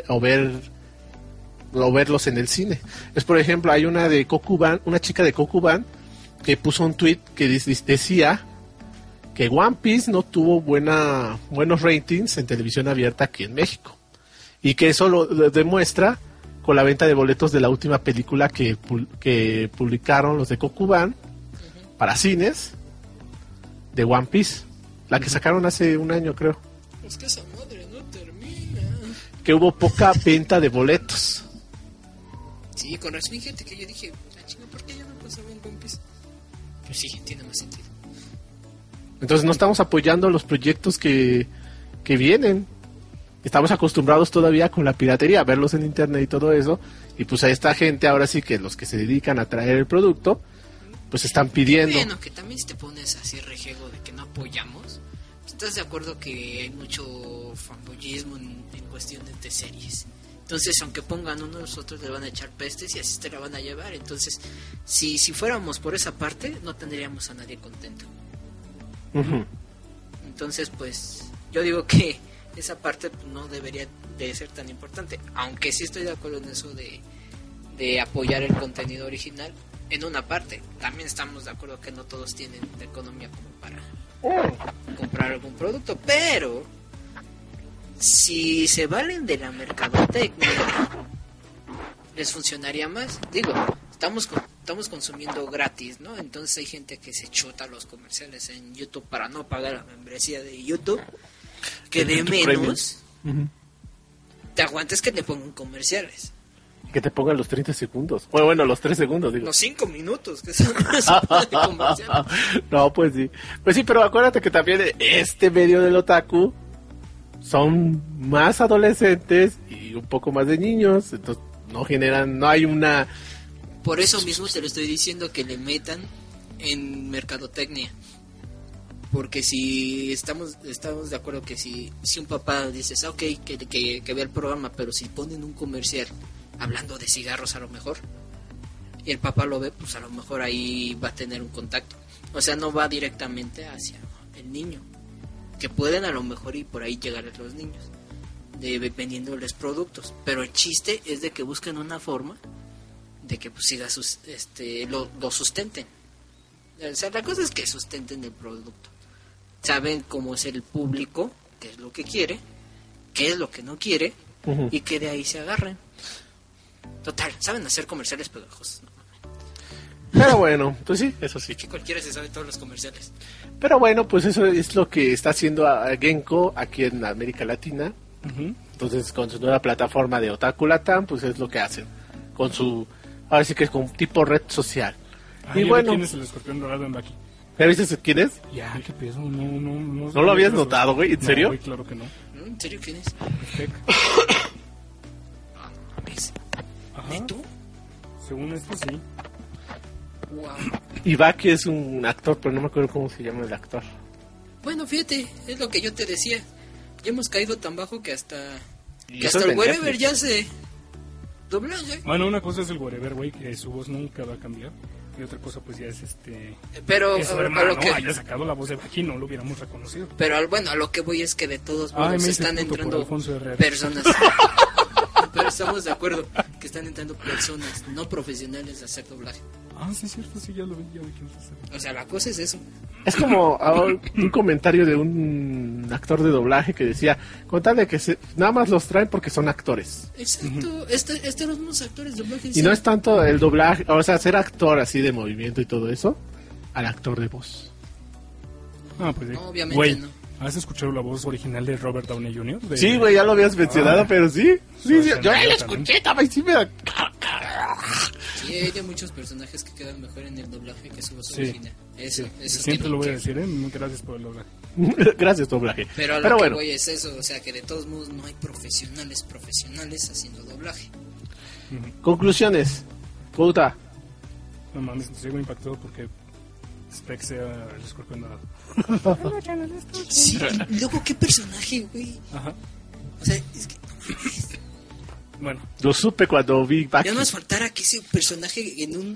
verlos en el cine. Es, por ejemplo, hay una de Kokuban, una chica de Kokuban que puso un tweet que decía que One Piece no tuvo buenos ratings en televisión abierta aquí en México. Y que eso lo demuestra con la venta de boletos de la última película que publicaron los de Kokuban para cines de One Piece. La que sacaron hace un año, creo. Es que esa madre no termina. Que hubo poca venta de boletos. Sí, con razón, gente, que yo dije, la chinga, ¿por qué ya no pasaba en One Piece? Pues sí, tiene más sentido. Entonces no estamos apoyando los proyectos que vienen. Estamos acostumbrados todavía con la piratería, a verlos en internet y todo eso. Y pues a esta gente, ahora sí que los que se dedican a traer el producto, pues están pidiendo. Bueno, que también si te pones así rejego de que no apoyamos, ¿estás de acuerdo que hay mucho fanboyismo en cuestiones de series? Entonces, aunque pongan uno, los otros le van a echar pestes y así te la van a llevar. Entonces, si fuéramos por esa parte, no tendríamos a nadie contento. Entonces, pues, yo digo que esa parte pues, no debería de ser tan importante. Aunque sí estoy de acuerdo en eso de apoyar el contenido original en una parte. También estamos de acuerdo que no todos tienen la economía como para comprar algún producto, pero si se valen de la mercadotecnia les funcionaría más. Digo, estamos consumiendo gratis, ¿no? Entonces hay gente que se chuta los comerciales en YouTube para no pagar la membresía de YouTube, que de menos te aguantes que te pongan comerciales. Que te pongan los 30 segundos. Bueno, los 3 segundos, digo. Los 5 minutos que son de comerciales. No, pues sí. Pues sí, pero acuérdate que también este medio del otaku son más adolescentes y un poco más de niños. Entonces no hay una... Por eso mismo te lo estoy diciendo, que le metan en mercadotecnia. Porque si estamos de acuerdo que si un papá dices, ok, que vea el programa, pero si ponen un comercial hablando de cigarros a lo mejor, y el papá lo ve, pues a lo mejor ahí va a tener un contacto. O sea, no va directamente hacia el niño. Que pueden a lo mejor y por ahí llegar a los niños. Vendiéndoles productos. Pero el chiste es de que busquen una forma de que pues siga lo sustenten. O sea, la cosa es que sustenten el producto. Saben cómo es el público, qué es lo que quiere, qué es lo que no quiere, y que de ahí se agarren. Total, saben hacer comerciales pegajosos, ¿no? Pero bueno, pues sí, eso sí. Que cualquiera se sabe todos los comerciales. Pero bueno, pues eso es lo que está haciendo Genko aquí en América Latina. Entonces, con su nueva plataforma de Otaku Latam, pues es lo que hacen. Con su, ahora sí que es con tipo red social. Y bueno, ¿quién es el escorpión dorado en Baki? ¿Ya viste quién es? Ya, qué peso, ¿No lo habías notado, güey? ¿En serio? Güey, claro que no. ¿En serio quién es? ¿Ves? ¿De tú? Según esto, sí. Wow. Y Baki es un actor, pero no me acuerdo cómo se llama el actor. Bueno, fíjate, es lo que yo te decía. Ya hemos caído tan bajo que hasta eso es el de wherever Netflix. ya se doblaje. Bueno, una cosa es el wherever, güey, que su voz nunca va a cambiar. Y otra cosa, pues ya es Pero que su a hermano lo que haya sacado la voz de Baki, no lo hubiéramos reconocido. pero a lo que voy es que de todos Ay, modos me están hice puto por entrando Alfonso Herrera. personas. Pero estamos de acuerdo que están entrando personas no profesionales a hacer doblaje. Ah, sí, es cierto, sí, ya lo vi, ya vi quién es. O sea, la cosa es eso. Es como un comentario de un actor de doblaje que decía, con tal de que nada más los traen porque son actores. Exacto, este los mismos actores de doblaje. Y no es tanto el doblaje, o sea, ser actor así de movimiento y todo eso, al actor de voz. Ah, pues No, obviamente güey, no. ¿has escuchado la voz original de Robert Downey Jr.? Sí, güey, ya lo habías mencionado, pero sí. Sí, yo ya la también. escuché, también sí me da... Sí, hay de muchos personajes que quedan mejor en el doblaje que su voz original. Eso Siempre tiene lo voy a que- decir, Gracias por el doblaje. Gracias, doblaje. Pero a lo que bueno, voy es eso, o sea, que de todos modos no hay profesionales haciendo doblaje. conclusiones. Puta. No mames, sigo impactado porque Spec sea el escorpión dorado. Sí, y luego qué personaje, güey. Ajá. O sea, es que no mames. Bueno, Lo supe cuando vi Baki. Ya nos faltara que ese personaje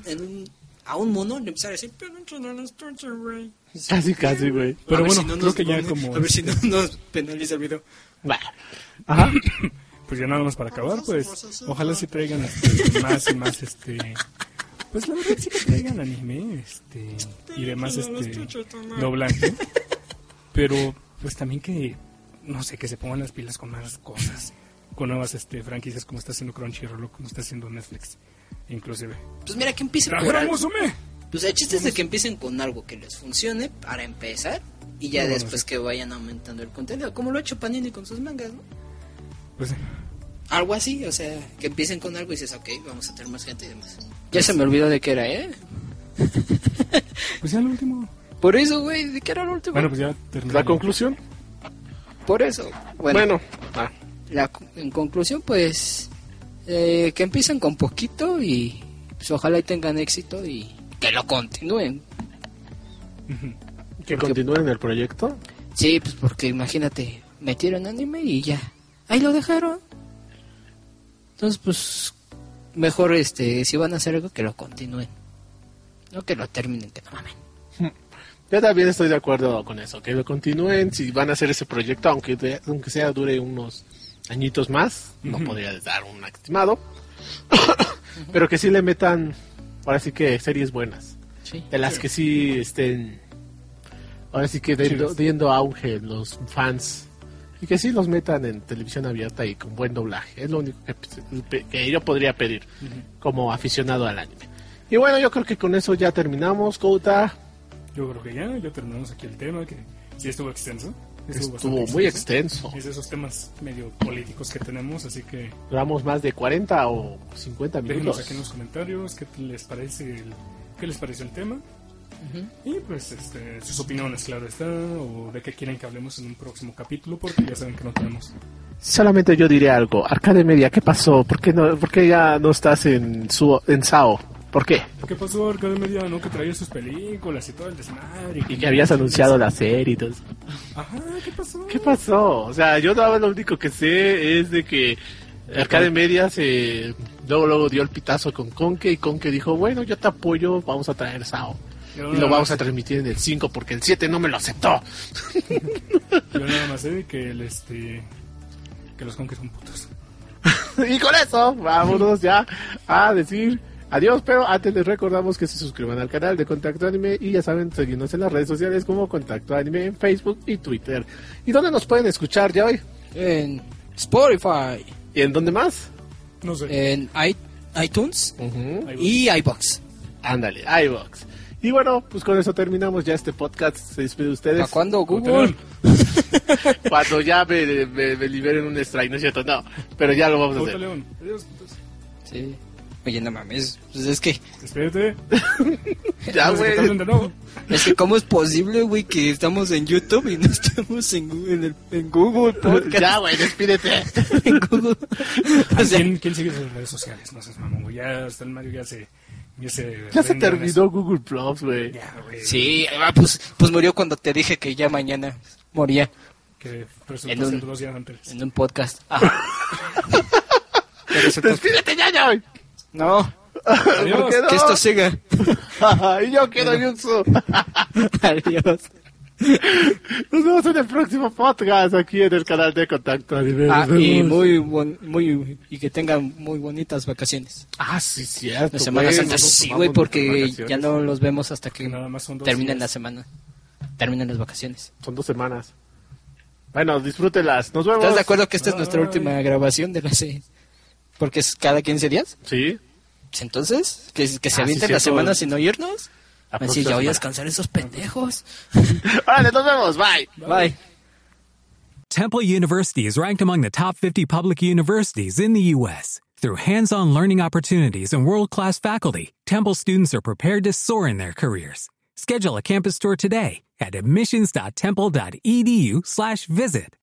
a un mono le empezara a decir, pero no nos torture, güey. Casi, güey. pero A ver bueno, si no creo nos que ya pone- como... A ver si no nos penaliza el video. Bah. Ajá. Pues ya nada más para acabar, pues ojalá sí traigan más y más pues la verdad sí que traigan anime y demás doblaje, pero pues también que no sé, que se pongan las pilas con más cosas, con nuevas franquicias como está haciendo Crunchyroll o como está haciendo Netflix inclusive. Pues mira, que empiecen por algo. ¡Musume! Pues el chiste es de que empiecen con algo que les funcione para empezar y ya Bueno, después sí. que vayan aumentando el contenido, como lo ha hecho Panini con sus mangas, ¿no? Pues Algo así, o sea, que empiecen con algo y dices, ok, vamos a tener más gente y demás. Ya se me olvidó de qué era, ¿eh? pues ya lo último. Por eso, güey, ¿de qué era el último? Bueno, pues ya terminó. La conclusión. Por eso. Bueno. En conclusión, pues, que empiecen con poquito y pues ojalá y tengan éxito y que lo continúen. Que continúen el proyecto. Sí, pues porque imagínate, metieron anime y ya, ahí lo dejaron. Entonces, pues, mejor si van a hacer algo, que lo continúen. No que lo terminen, que no mamen. Yo también estoy de acuerdo con eso. Que lo continúen. Si van a hacer ese proyecto, aunque sea dure unos añitos más, no podría dar un estimado. Pero que sí le metan, ahora sí que series buenas. Sí. De las que sí estén, ahora sí que dando auge en los fans. Y que sí los metan en televisión abierta y con buen doblaje. Es lo único que yo podría pedir como aficionado al anime. Y bueno, yo creo que con eso ya terminamos, Kouta. Yo creo que ya terminamos aquí el tema, que sí estuvo extenso. Estuvo bastante muy extenso. Es de esos temas medio políticos que tenemos, así que Duramos más de 40 o 50 déjenos minutos. aquí en los comentarios qué les parece qué les pareció el tema. Y pues sus opiniones, claro está, o de qué quieren que hablemos en un próximo capítulo, porque ya saben que no tenemos. Solamente yo diré algo. Arcade Media, ¿qué pasó? ¿Por qué ya no estás en SAO? ¿Por qué? ¿Qué pasó, Arcade Media? ¿No? Que traía sus películas y todo el desmadre. Y que habías anunciado la serie y todo eso. Ajá, ¿qué pasó? ¿Qué pasó? O sea, yo nada más lo único que sé es de que Arcade Media luego dio el pitazo con Conque y Conque dijo, bueno, yo te apoyo, vamos a traer SAO. Y lo vamos a transmitir en el 5 porque el 7 no me lo aceptó. Yo nada más sé que que los conques son putos. Y con eso, vámonos ya a decir adiós, pero antes les recordamos que se suscriban al canal de Contacto Anime y ya saben, seguirnos en las redes sociales como Contacto Anime en Facebook y Twitter. ¿Y dónde nos pueden escuchar ya hoy? En Spotify. ¿Y en dónde más? No sé. En iTunes Uh-huh. y iBox. Ándale, iVoox. Y bueno, pues con eso terminamos ya este podcast. Se despide de ustedes. ¿Para cuándo, Google? Cuando ya me liberen un strike, ¿no es cierto? No, pero ya lo vamos a Puto hacer. León. Adiós, putos. Sí. Oye, no mames. Pues es que Despídete. Ya, Vamos a güey. quitarle de nuevo. ¿cómo es posible, güey, que estamos en YouTube y no estamos en Google Podcast? Ya, güey, despídete. En Google. O sea, ¿Quién sigue sus redes sociales? No seas mamón, güey. Ya hasta el Mario ya se Ya se rendió en eso. terminó Google Plus, güey. Ya, güey. sí, pues murió cuando te dije que ya mañana moría Que resultó En un- ser 2 días antes. en un podcast. Ajá. Que resultó- Despídete ya, ya. No, Adiós. ¿Por qué no? que esto siga. Y yo quedo Yutsu. Adiós. Nos vemos en el próximo podcast aquí en el canal de Contacto Anime. Nos Y vemos. y que tengan muy bonitas vacaciones. Ah, sí, cierto. La Semana güey, Santa nos sí, tomamos güey, nuestras porque vacaciones. ya no los vemos hasta que Nada más son 2 terminen días. la semana. Terminen las vacaciones. Son 2 semanas. Bueno, disfrútenlas. Nos vemos. ¿Estás de acuerdo que esta es nuestra Bye. última grabación de la serie? Porque es cada 15 días. Sí. Entonces, que se sí, avienten las cierto. semanas sin oírnos. La Así próxima ya voy a semana. descansar esos pendejos. Órale, nos vemos. Bye. Bye. Temple University is ranked among the top 50 public universities in the U.S. Through hands-on learning opportunities and world-class faculty, Temple students are prepared to soar in their careers. Schedule a campus tour today at admissions.temple.edu/visit.